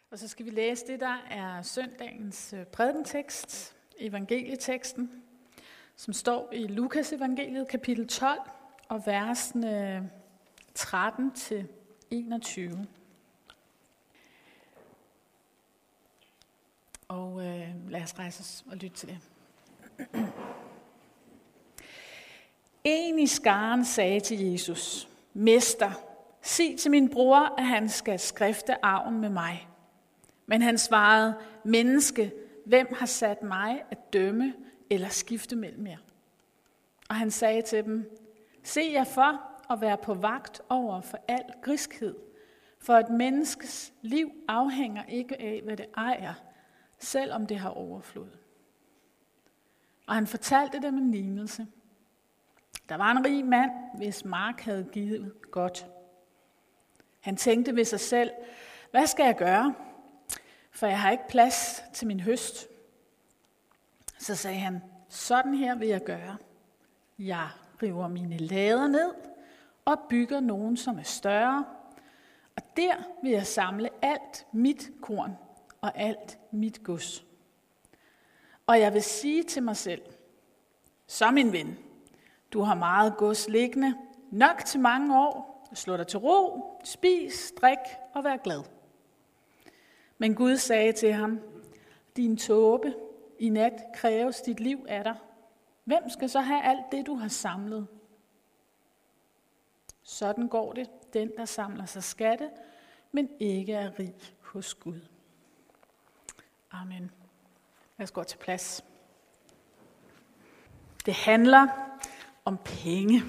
Og så skal vi læse det, der er søndagens prædikentekst, evangelieteksten, som står i Lukas evangeliet, kapitel 12, og versene 13-21. Og lad os rejse os og lytte til det. En i skaren sagde til Jesus: Mester, sig til min bror, at han skal skrifte arven med mig. Men han svarede: Menneske, hvem har sat mig at dømme eller skifte mellem jer? Og han sagde til dem: Se jer for at være på vagt over for al griskhed, for et menneskes liv afhænger ikke af, hvad det ejer, selvom det har overflod. Og han fortalte dem en lignelse. Der var en rig mand, hvis mark havde givet godt. Han tænkte ved sig selv: Hvad skal jeg gøre? For jeg har ikke plads til min høst. Så sagde han: Sådan her vil jeg gøre. Jeg river mine lader ned og bygger nogen, som er større. Og der vil jeg samle alt mit korn og alt mit gods. Og jeg vil sige til mig selv: Så min ven, du har meget gods liggende, nok til mange år. Slå dig til ro, spis, drik og vær glad. Men Gud sagde til ham: Din tåbe, i nat kræves dit liv af dig. Hvem skal så have alt det, du har samlet? Sådan går det, den der samler sig skatte, men ikke er rig hos Gud. Amen. Lad os gå til plads. Det handler om penge.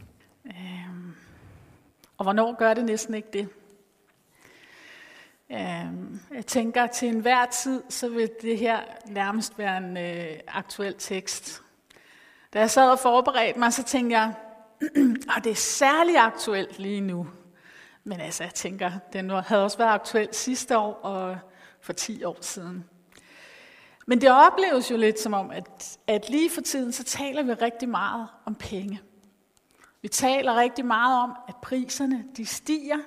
Og hvornår gør det næsten ikke det? Jeg tænker, til enhver tid, så vil det her nærmest være en aktuel tekst. Da jeg sad og forberedte mig, så tænkte jeg, at det er særlig aktuelt lige nu. Men altså, jeg tænker, den havde også været aktuel sidste år og for 10 år siden. Men det opleves jo lidt som om, at lige for tiden, så taler vi rigtig meget om penge. Vi taler rigtig meget om, at priserne de stiger.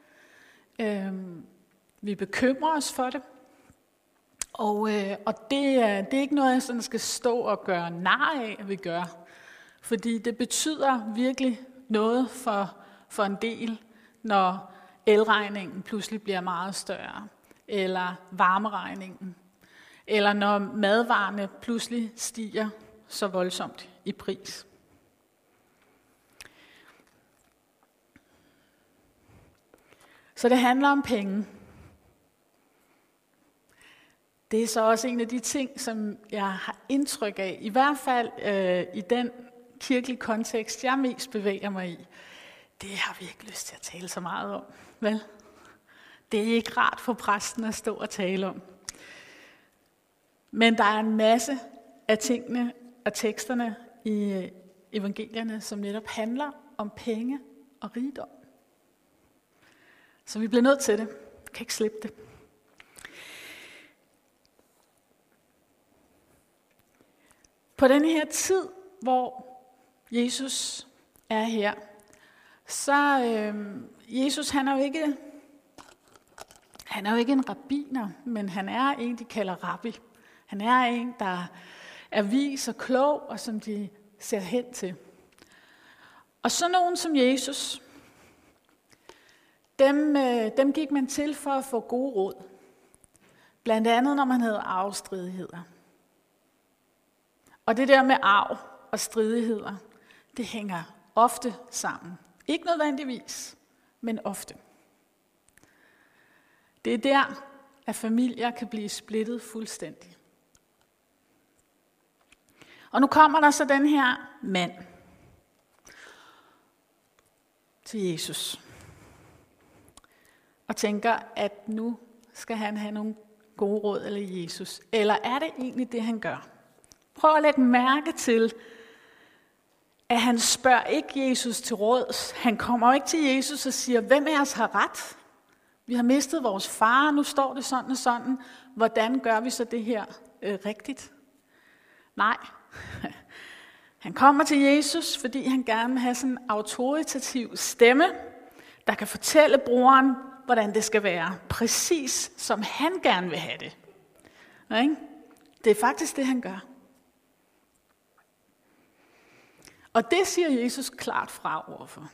Vi bekymrer os for det. Og det er ikke noget, jeg sådan skal stå og gøre nar af, at vi gør. Fordi det betyder virkelig noget for en del, når elregningen pludselig bliver meget større. Eller varmeregningen. Eller når madvarerne pludselig stiger så voldsomt i pris. Så det handler om penge. Det er så også en af de ting, som jeg har indtryk af, i hvert fald i den kirkelige kontekst, jeg mest bevæger mig i. Det har vi ikke lyst til at tale så meget om, vel? Det er ikke rart for præsten at stå og tale om. Men der er en masse af tingene og teksterne i evangelierne, som netop handler om penge og rigdom. Så vi bliver nødt til det. Vi kan ikke slippe det. På den her tid, hvor Jesus er her, så Jesus han er jo ikke en rabbiner, men han er en, de kalder rabbi. Han er en, der er vis og klog, og som de ser hen til. Og så nogen som Jesus, dem gik man til for at få gode råd. Blandt andet, når man havde arvestridigheder. Og det der med arv og stridigheder, det hænger ofte sammen. Ikke nødvendigvis, men ofte. Det er der, at familier kan blive splittet fuldstændig. Og nu kommer der så den her mand til Jesus. Og tænker, at nu skal han have nogle gode råd, eller Jesus. Eller er det egentlig det, han gør? Prøv at lægge mærke til, at han spørger ikke Jesus til råds. Han kommer ikke til Jesus og siger: Hvem af os har ret? Vi har mistet vores far, nu står det sådan og sådan. Hvordan gør vi så det her rigtigt? Nej. Han kommer til Jesus, fordi han gerne vil have sådan en autoritativ stemme, der kan fortælle broren, hvordan det skal være. Præcis som han gerne vil have det. Ikke? Det er faktisk det, han gør. Og det siger Jesus klart fra overfor.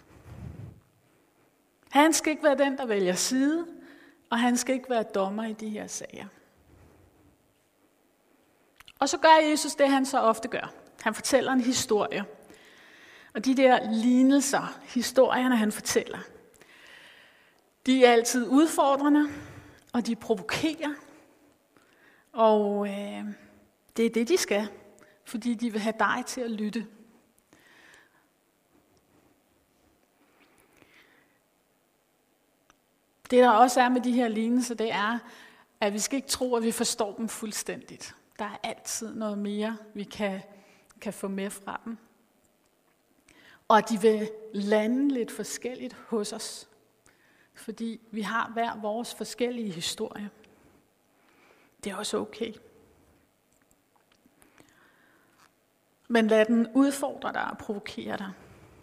Han skal ikke være den, der vælger side, og han skal ikke være dommer i de her sager. Og så gør Jesus det, han så ofte gør. Han fortæller en historie. Og de der lignelser, historierne han fortæller, de er altid udfordrende, og de provokerer. Og det er det, de skal, fordi de vil have dig til at lytte. Det, der også er med de her lignelser, det er, at vi skal ikke tro, at vi forstår dem fuldstændigt. Der er altid noget mere, vi kan få med fra dem. Og at de vil lande lidt forskelligt hos os. Fordi vi har hver vores forskellige historie. Det er også okay. Men lad den udfordre dig og provokere dig.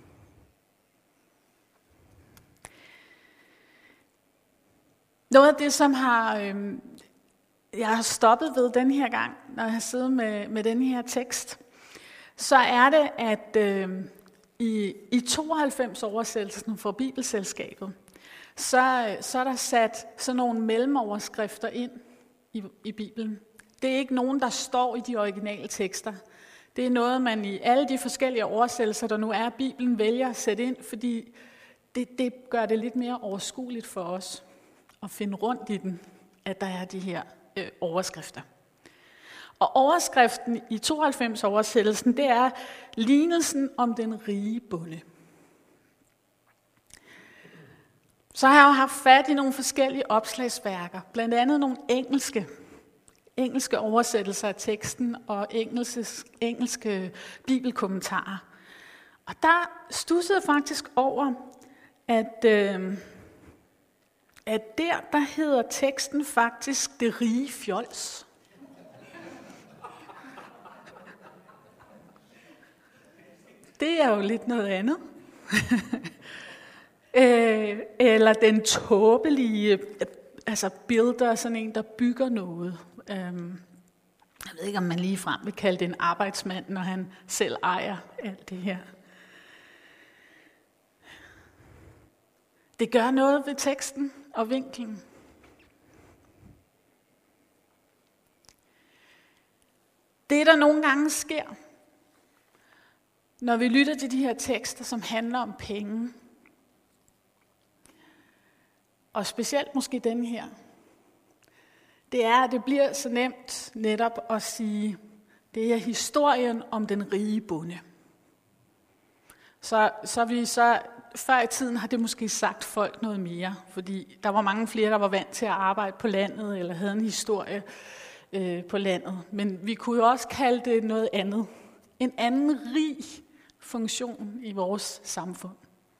Noget af det, som jeg har stoppet ved den her gang, når jeg har siddet med den her tekst, så er det, at i 92 oversættelsen fra Bibelselskabet, så er der sat sådan nogle mellemoverskrifter ind i Bibelen. Det er ikke nogen, der står i de originale tekster. Det er noget, man i alle de forskellige oversættelser, der nu er af Bibelen, vælger at sætte ind, fordi det gør det lidt mere overskueligt for os at finde rundt i den, at der er de her overskrifter. Og overskriften i 92-oversættelsen, det er lignelsen om den rige bonde. Så har jeg jo haft fat i nogle forskellige opslagsværker, blandt andet nogle engelske oversættelser af teksten og engelske bibelkommentarer. Og der studsede jeg faktisk over, at der hedder teksten faktisk det rige fjols. Det er jo lidt noget andet. Eller den tåbelige, altså billeder, sådan en, der bygger noget. Jeg ved ikke, om man ligefrem vil kalde det en arbejdsmand, når han selv ejer alt det her. Det gør noget ved teksten og vinklen. Det, der nogle gange sker, når vi lytter til de her tekster, som handler om penge, og specielt måske den her, det er, at det bliver så nemt netop at sige, det er historien om den rige bonde. Så før i tiden har det måske sagt folk noget mere, fordi der var mange flere, der var vant til at arbejde på landet, eller havde en historie på landet. Men vi kunne jo også kalde det noget andet. En anden rig funktion i vores samfund.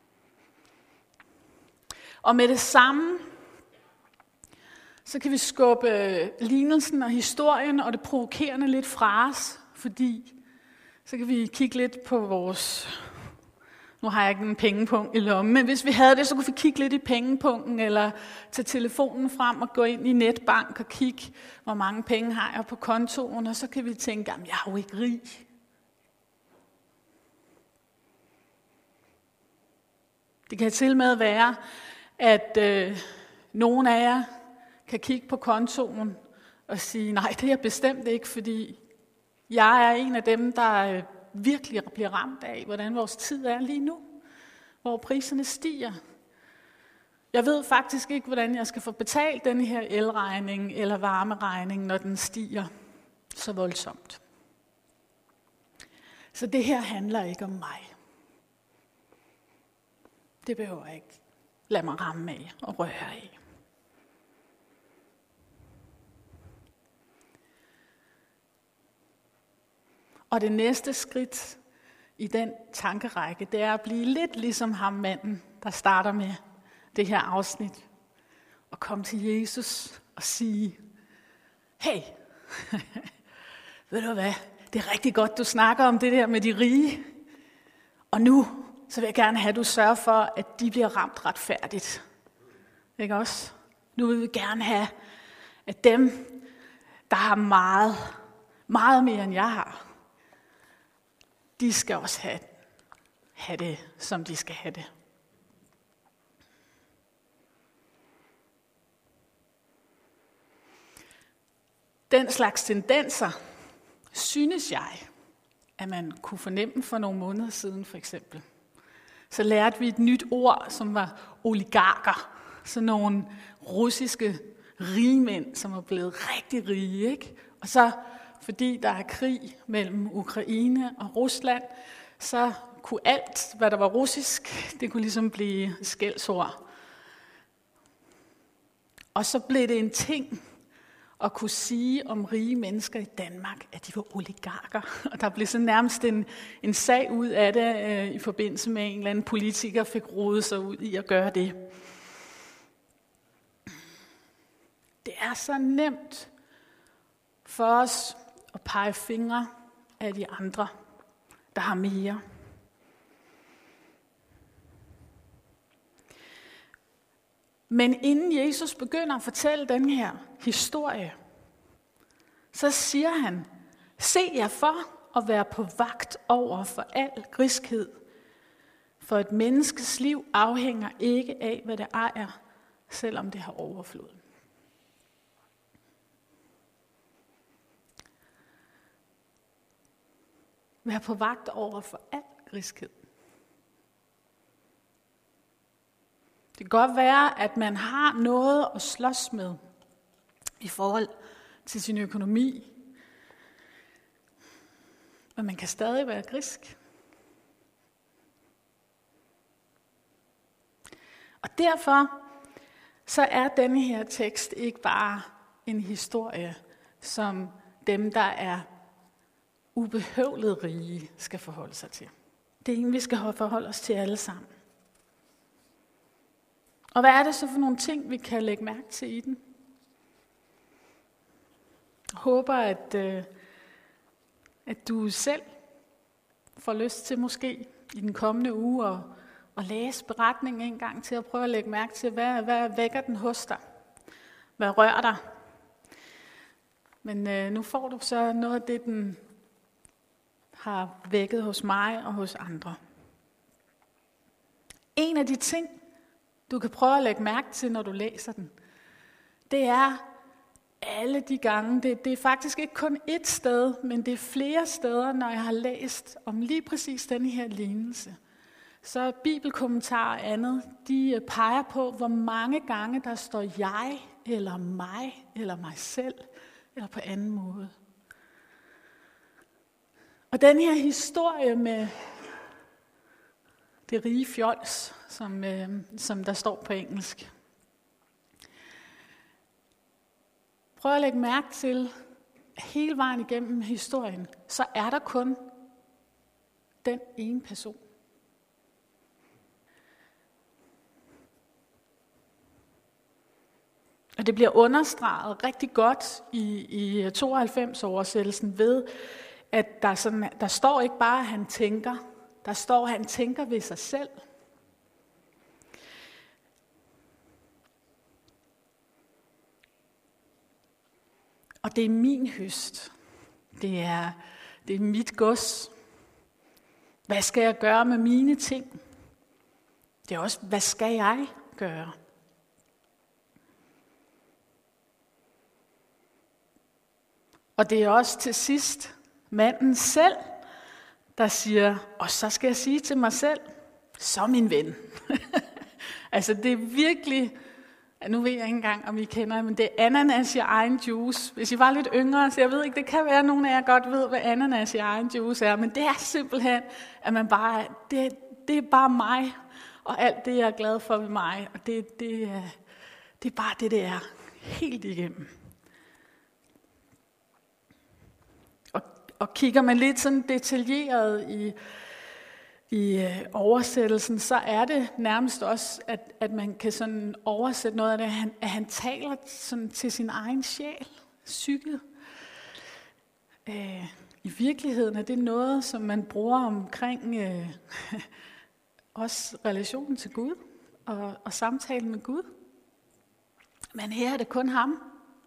Og med det samme, så kan vi skubbe lignelsen og historien og det provokerende lidt fra os, fordi så kan vi kigge lidt på vores... Nu har jeg ikke en pengepunkt i lommen, men hvis vi havde det, så kunne vi kigge lidt i pengepunkten, eller tage telefonen frem og gå ind i netbank og kigge, hvor mange penge har jeg på kontoen, og så kan vi tænke, jamen jeg er jo ikke rig. Det kan til med være, at nogle af jer kan kigge på kontoen og sige, nej, det er jeg bestemt ikke, fordi jeg er en af dem, der virkelig bliver ramt af, hvordan vores tid er lige nu, hvor priserne stiger. Jeg ved faktisk ikke, hvordan jeg skal få betalt den her elregning eller varmeregning, når den stiger så voldsomt. Så det her handler ikke om mig. Det behøver jeg ikke lade mig ramme af og røre af. Og det næste skridt i den tankerække, det er at blive lidt ligesom ham manden, der starter med det her afsnit. Og komme til Jesus og sige, hey, ved du hvad, det er rigtig godt, du snakker om det der med de rige. Og nu, så vil jeg gerne have, at du sørger for, at de bliver ramt retfærdigt. Ikke også? Nu vil vi gerne have, at dem, der har meget, meget mere end jeg har, de skal også have det, som de skal have det. Den slags tendenser, synes jeg, at man kunne fornemme for nogle måneder siden for eksempel. Så lærte vi et nyt ord, som var oligarker. Sådan nogle russiske rigmænd, som er blevet rigtig rige, ikke? Og så, fordi der er krig mellem Ukraine og Rusland, så kunne alt, hvad der var russisk, det kunne ligesom blive skældsord. Og så blev det en ting at kunne sige om rige mennesker i Danmark, at de var oligarker. Og der blev så nærmest en sag ud af det, i forbindelse med en eller anden politiker fik rodet sig ud i at gøre det. Det er så nemt for os at pege fingre af de andre, der har mere. Men inden Jesus begynder at fortælle den her historie, så siger han, se jer for at være på vagt over for al griskhed. For et menneskes liv afhænger ikke af, hvad det ejer, selvom det har overflod. Vær på vagt over for al griskhed. Det kan godt være, at man har noget at slås med i forhold til sin økonomi, men man kan stadig være grisk. Og derfor så er denne her tekst ikke bare en historie, som dem, der er ubehøvlet rige, skal forholde sig til. Det er en, vi skal forholde os til alle sammen. Og hvad er det så for nogle ting, vi kan lægge mærke til i den? Jeg håber, at du selv får lyst til måske i den kommende uge at læse beretningen en gang til at prøve at lægge mærke til, hvad vækker den hos dig? Hvad rører dig? Men nu får du så noget af det, den har vækket hos mig og hos andre. En af de ting, du kan prøve at lægge mærke til, når du læser den, det er alle de gange, det er faktisk ikke kun ét sted, men det er flere steder, når jeg har læst om lige præcis denne her lignelse. Så bibelkommentarer og andet, de peger på, hvor mange gange der står jeg, eller mig selv, eller på anden måde. Og den her historie med det rige fjols, som der står på engelsk. Prøv at lægge mærke til, hele vejen igennem historien, så er der kun den ene person. Og det bliver understreget rigtig godt i 92-oversættelsen ved, at der står ikke bare, at han tænker. Der står, at han tænker ved sig selv. Og det er min høst. Det er mit gods. Hvad skal jeg gøre med mine ting? Det er også, hvad skal jeg gøre? Og det er også til sidst manden selv, der siger, og så skal jeg sige til mig selv, så min ven. Altså det er virkelig, nu ved jeg ikke engang, om I kender, men det er ananas i egen juice. Hvis I var lidt yngre, så jeg ved ikke, det kan være, at nogle af jer godt ved, hvad ananas i egen juice er, men det er simpelthen, at man bare, det er bare mig, og alt det, jeg er glad for ved mig, og det er bare det er, helt igennem. Og kigger man lidt sådan detaljeret i oversættelsen, så er det nærmest også, at man kan sådan oversætte noget af det, at han taler sådan til sin egen sjæl, psyke. I virkeligheden er det noget, som man bruger omkring også relationen til Gud og samtalen med Gud. Men her er det kun ham.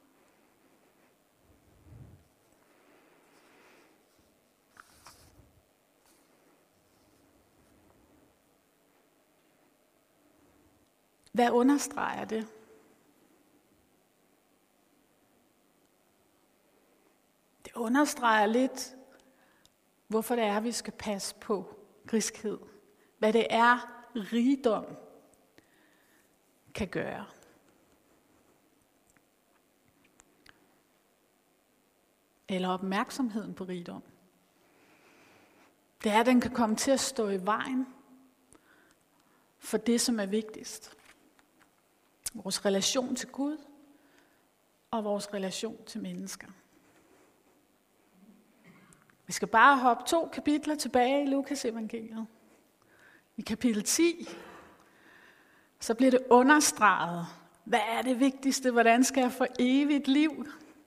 Hvad understreger det? Det understreger lidt, hvorfor det er, vi skal passe på griskhed. Hvad det er, rigdom kan gøre. Eller opmærksomheden på rigdom. Det er, at den kan komme til at stå i vejen for det, som er vigtigst. Vores relation til Gud og vores relation til mennesker. Vi skal bare hoppe 2 kapitler tilbage i Lukas evangeliet. I kapitel 10, så bliver det understreget. Hvad er det vigtigste? Hvordan skal jeg få evigt liv?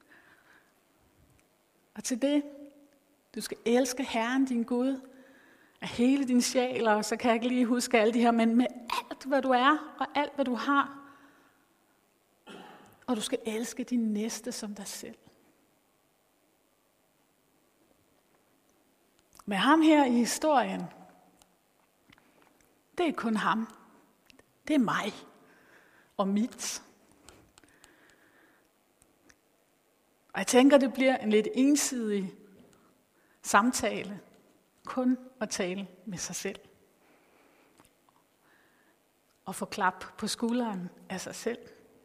Og til det, du skal elske Herren din Gud af hele din sjæl, og så kan jeg ikke lige huske alle de her, men med alt hvad du er og alt hvad du har. Og du skal elske din næste som dig selv. Med ham her i historien, det er kun ham. Det er mig og mit. Og jeg tænker, det bliver en lidt ensidig samtale. Kun at tale med sig selv. Og få klap på skulderen af sig selv.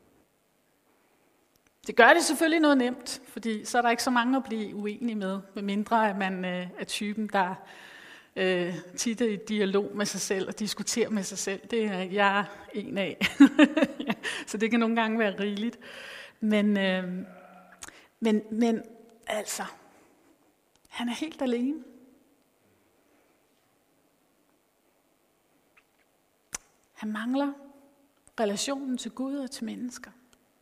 Det gør det selvfølgelig noget nemt, fordi så er der ikke så mange at blive uenige med mindre at man er typen, der tit er i dialog med sig selv og diskuterer med sig selv. Det er jeg en af. Så det kan nogle gange være rigeligt. Men altså, han er helt alene. Han mangler relationen til Gud og til mennesker.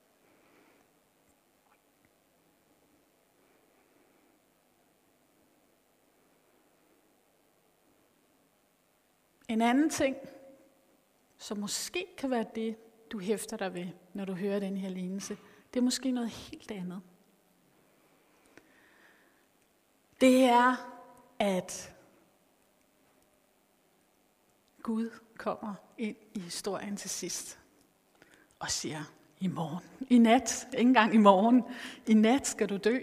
En anden ting, som måske kan være det, du hæfter dig ved, når du hører den her lignelse, det er måske noget helt andet. Det er, at Gud kommer ind i historien til sidst og siger, i morgen, i nat, ikke engang i morgen, i nat skal du dø.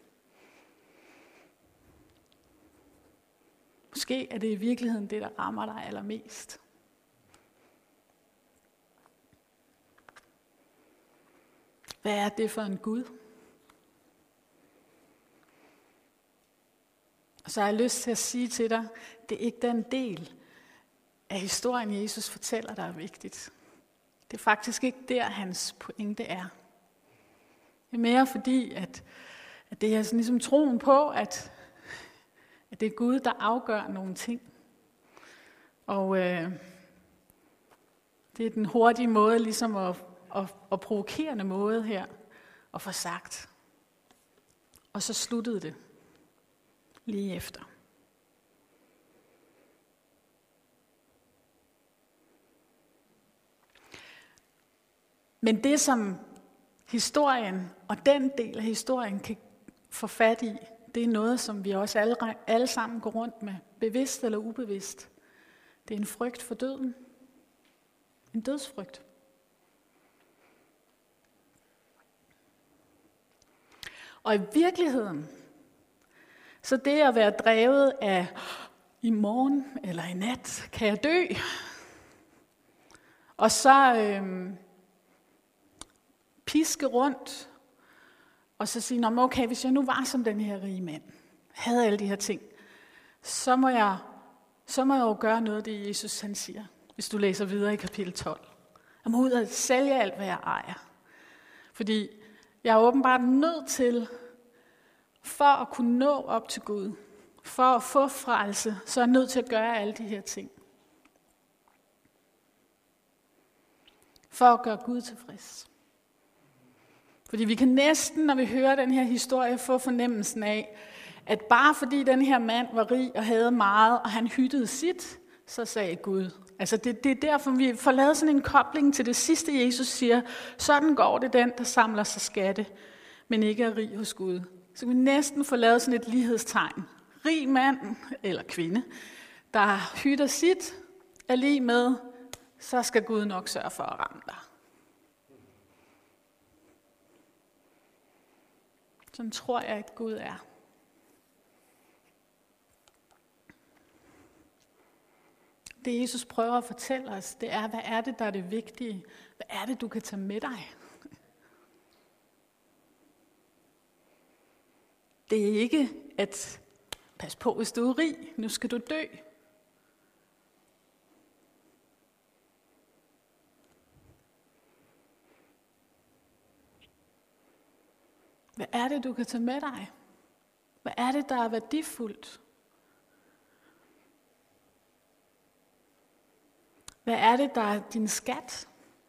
Måske er det i virkeligheden det, der rammer dig allermest. Hvad er det for en Gud? Og så har jeg lyst til at sige til dig, det er ikke den del af historien, Jesus fortæller, der er vigtigt. Det er faktisk ikke der, hans pointe er. Det er mere fordi, at det er sådan ligesom troen på, at det er Gud, der afgør nogle ting. Og det er den hurtige måde, ligesom at provokerende måde her, at få sagt. Og så sluttede det lige efter. Men det, som historien og den del af historien kan få fat i, det er noget, som vi også alle sammen går rundt med, bevidst eller ubevidst. Det er en frygt for døden. En dødsfrygt. Og i virkeligheden, så det at være drevet af, i morgen eller i nat, kan jeg dø? Og så piske rundt, og så sige, okay, hvis jeg nu var som den her rige mand, havde alle de her ting, så må jeg jo gøre noget af det, Jesus han siger, hvis du læser videre i kapitel 12. Jeg må ud og sælge alt, hvad jeg ejer. Fordi jeg er åbenbart nødt til, for at kunne nå op til Gud, for at få frelse, så er jeg nødt til at gøre alle de her ting. For at gøre Gud tilfreds. Fordi vi kan næsten, når vi hører den her historie, få fornemmelsen af, at bare fordi den her mand var rig og havde meget, og han hyttede sit, så sagde Gud. Altså det er derfor, vi får lavet sådan en kobling til det sidste, Jesus siger. Sådan går det den, der samler sig skatte, men ikke er rig hos Gud. Så vi næsten får lavet sådan et lighedstegn. Rig mand eller kvinde, der hytter sit, er lige med, så skal Gud nok sørge for at ramme dig. Sådan tror jeg, at Gud er. Det Jesus prøver at fortælle os, det er, hvad er det, der er det vigtige? Hvad er det, du kan tage med dig? Det er ikke at pas på, hvis du er rig, nu skal du dø. Hvad er det, du kan tage med dig? Hvad er det, der er værdifuldt? Hvad er det, der er din skat,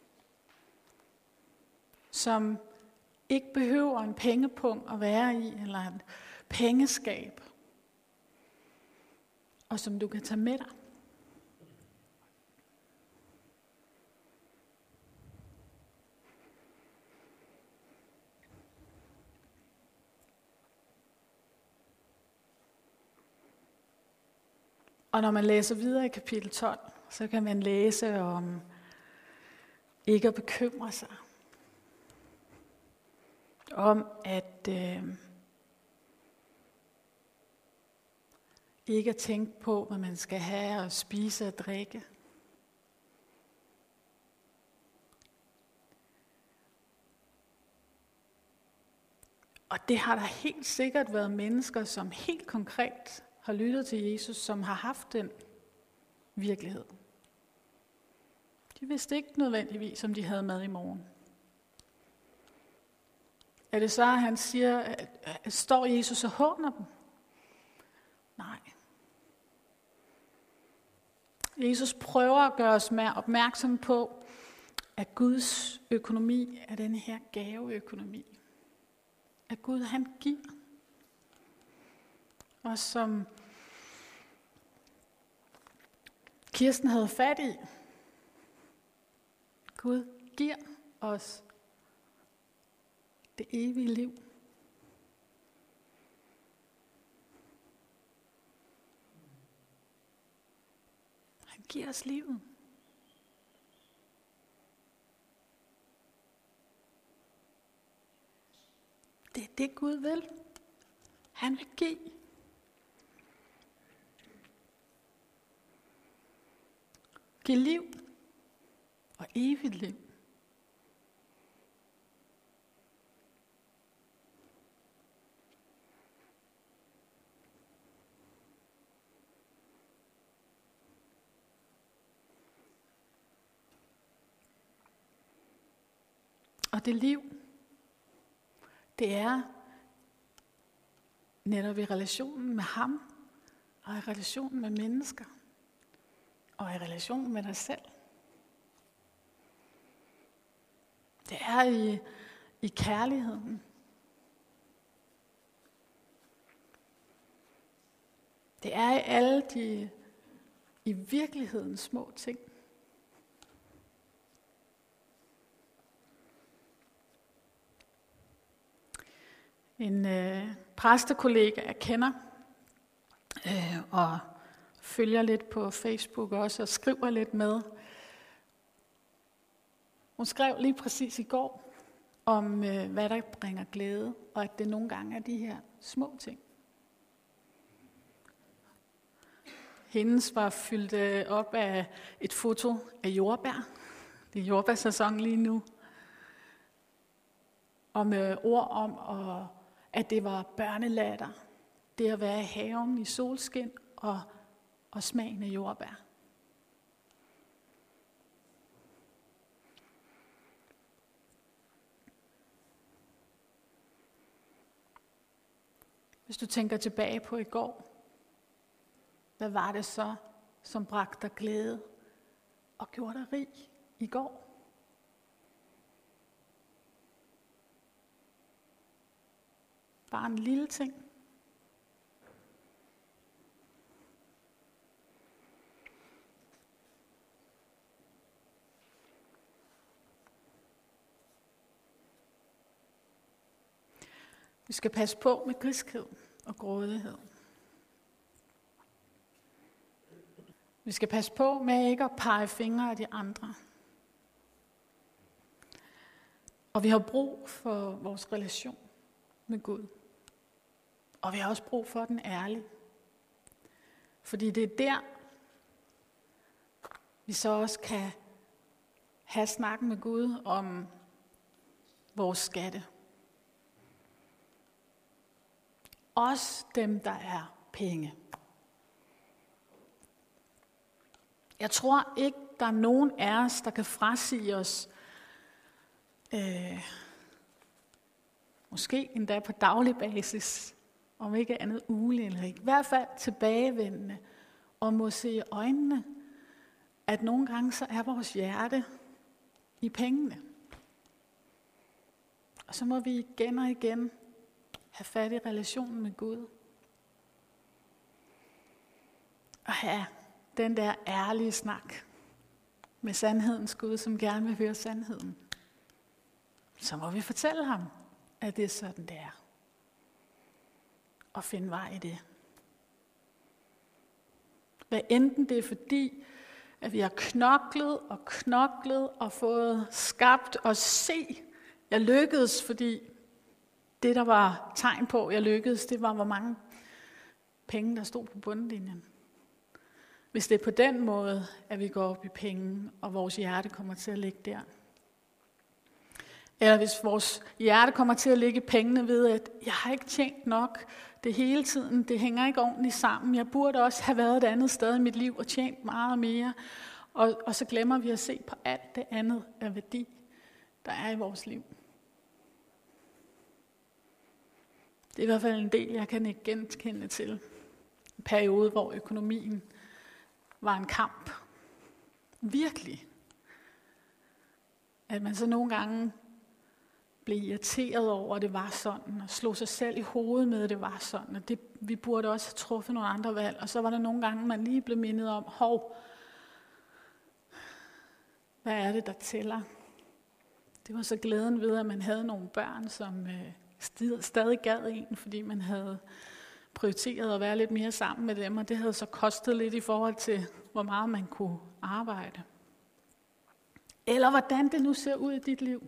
som ikke behøver en pengepung at være i, eller et pengeskab, og som du kan tage med dig? Og når man læser videre i kapitel 12, så kan man læse om ikke at bekymre sig. Om at ikke at tænke på, hvad man skal have og spise og drikke. Og det har der helt sikkert været mennesker, som helt konkret har lyttet til Jesus, som har haft den virkelighed. De vidste ikke nødvendigvis, om de havde mad i morgen. Er det så, at han siger, at står Jesus og håner dem? Nej. Jesus prøver at gøre os mere opmærksom på, at Guds økonomi er den her gaveøkonomi. At Gud, han giver. Og som Kirsten havde fat i, Gud giver os det evige liv. Han giver os livet. Det er det, Gud vil. Han vil give. Giv liv og evigt liv. Og det liv, det er netop i relationen med ham, og i relationen med mennesker, og i relationen med dig selv. Det er i kærligheden. Det er i alle de i virkeligheden små ting. En præstekollega, jeg kender, og følger lidt på Facebook også, og skriver lidt med. Hun skrev lige præcis i går, om hvad der bringer glæde, og at det nogle gange er de her små ting. Hendes var fyldt op af et foto af jordbær. Det er jordbærsæson lige nu. Og med ord om, at det var børnelatter. Det at være i haven i solskin og smagen af jordbær. Hvis du tænker tilbage på i går, hvad var det så, som bragte dig glæde og gjorde dig rig i går? Bare en lille ting. Vi skal passe på med griskhed og grådighed. Vi skal passe på med ikke at pege fingre af de andre. Og vi har brug for vores relation med Gud. Og vi har også brug for den ærlige. Fordi det er der, vi så også kan have snakken med Gud om vores skatte. Også dem, der er penge. Jeg tror ikke, der er nogen af os, der kan frasige os, måske endda på daglig basis, om ikke andet ugelig eller ikke. I hvert fald tilbagevendende, og må se i øjnene, at nogle gange så er vores hjerte i pengene. Og så må vi igen og igen have fat i relationen med Gud. Og have den der ærlige snak med sandhedens Gud, som gerne vil høre sandheden. Så må vi fortælle ham, at det er sådan, det er. Og finde vej i det. Hvad enten det er fordi, at vi har knoklet og fået skabt og se, jeg lykkedes, fordi det, der var tegn på, jeg lykkedes, det var, hvor mange penge, der stod på bundlinjen. Hvis det er på den måde, at vi går op i penge, og vores hjerte kommer til at ligge der. Eller hvis vores hjerte kommer til at ligge i pengene ved, at jeg har ikke tjent nok det hele tiden, det hænger ikke ordentligt sammen. Jeg burde også have været et andet sted i mit liv og tjent meget mere. Og så glemmer vi at se på alt det andet af værdi, der er i vores liv. Det er i hvert fald en del, jeg kan ikke genkende til. En periode, hvor økonomien var en kamp. Virkelig. At man så nogle gange blev irriteret over, at det var sådan, og slog sig selv i hovedet med, at det var sådan, og vi burde også have truffet nogle andre valg. Og så var der nogle gange, man lige blev mindet om, hvad er det, der tæller? Det var så glæden ved, at man havde nogle børn, som stadig gad en, fordi man havde prioriteret at være lidt mere sammen med dem, og det havde så kostet lidt i forhold til, hvor meget man kunne arbejde. Eller hvordan det nu ser ud i dit liv.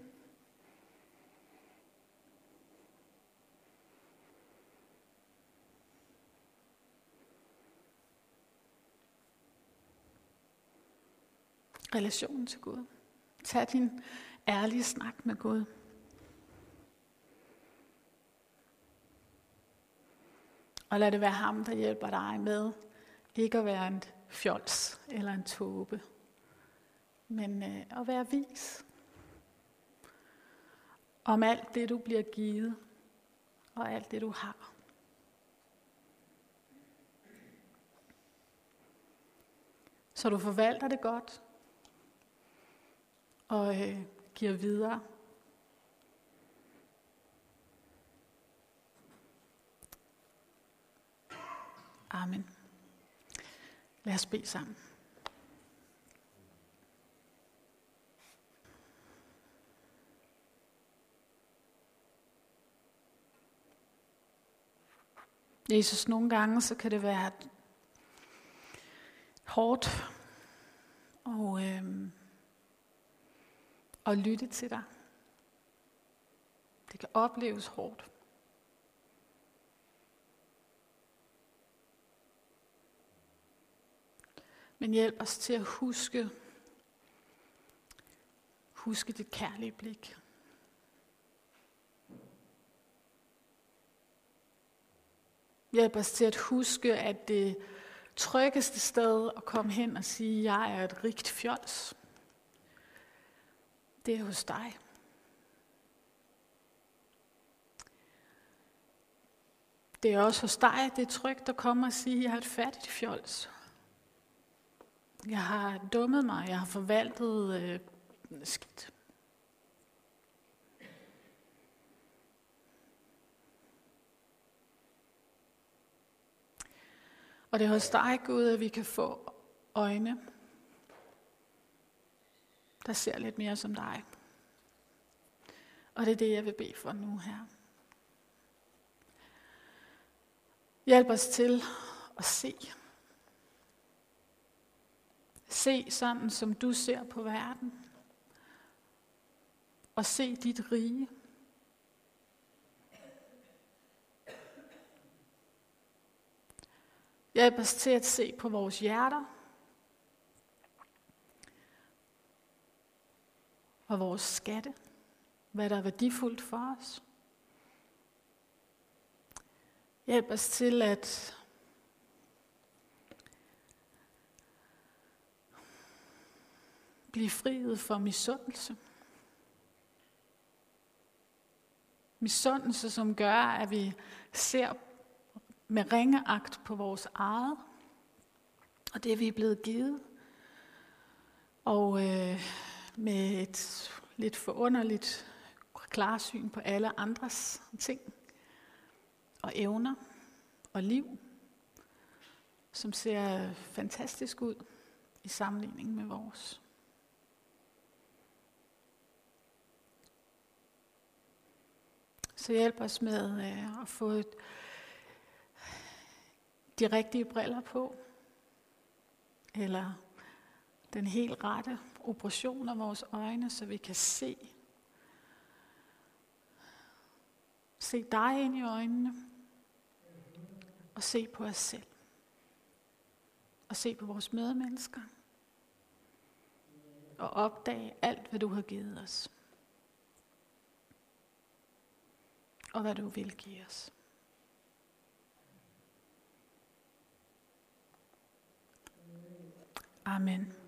Relationen til Gud. Tag din ærlige snak med Gud. Og lad det være ham, der hjælper dig med ikke at være en fjols eller en tåbe, men at være vis om alt det, du bliver givet, og alt det, du har. Så du forvalter det godt, og giver videre. Amen. Lad os bede sammen. Jesus, nogle gange så kan det være hårdt og lytte til dig. Det kan opleves hårdt. Men hjælp os til at huske dit kærlige blik. Hjælp os til at huske, at det tryggeste sted at komme hen og sige, at jeg er et rigt fjols, det er hos dig. Det er også hos dig, det er trygt at komme og sige, at jeg er et fattigt fjols. Jeg har dummet mig, jeg har forvaltet skidt. Og det er hos dig, Gud, at vi kan få øjne, der ser lidt mere som dig. Og det er det, jeg vil bede for nu her. Hjælp os til at se. Se sådan, som du ser på verden. Og se dit rige. Hjælp os til at se på vores hjerter. Og vores skatte. Hvad der er værdifuldt for os. Hjælp os til at blive friet for misundelse. Misundelse, som gør, at vi ser med ringeagt på vores eget, og det vi er blevet givet. Og med et lidt forunderligt klarsyn på alle andres ting og evner og liv, som ser fantastisk ud i sammenligning med vores. Så hjælp os med at få de rigtige briller på, eller den helt rette operation af vores øjne, så vi kan se dig ind i øjnene, og se på os selv, og se på vores medmennesker, og opdage alt, hvad du har givet os, og hvad du vil give os. Amen.